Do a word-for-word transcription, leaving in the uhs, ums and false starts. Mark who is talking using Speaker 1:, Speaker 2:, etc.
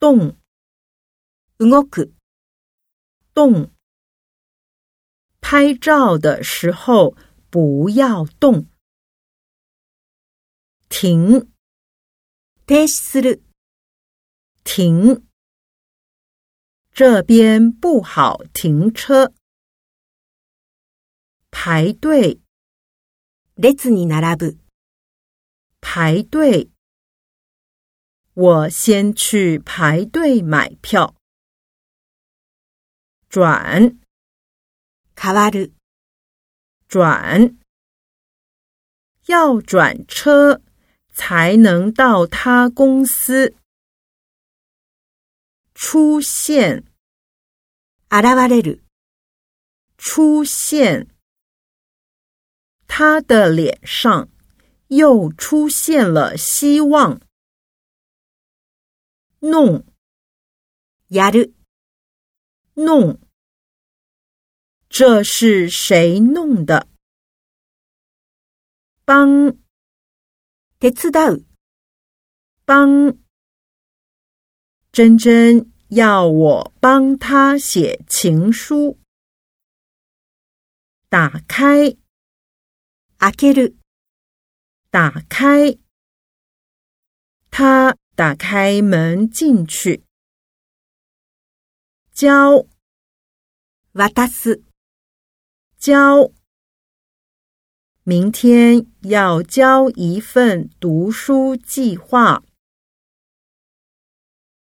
Speaker 1: 動、
Speaker 2: 動く、
Speaker 1: 動。拍照的时候不要动。停、
Speaker 2: 停止する、
Speaker 1: 停。这边不好停车。排队、
Speaker 2: 列に並ぶ、
Speaker 1: 排队。我先去排队买票。转、
Speaker 2: 変わる、
Speaker 1: 转。要转车才能到他公司。出现、
Speaker 2: 現れる、
Speaker 1: 出现。他的脸上又出现了希望。弄、
Speaker 2: やる、
Speaker 1: 弄。这是谁弄的？帮、
Speaker 2: 手伝う、
Speaker 1: 帮。珍珍要我帮她写情书。打开、
Speaker 2: 開ける、
Speaker 1: 打开。他打开门进去。交、
Speaker 2: 渡す、
Speaker 1: 交。明天要交一份读书计划。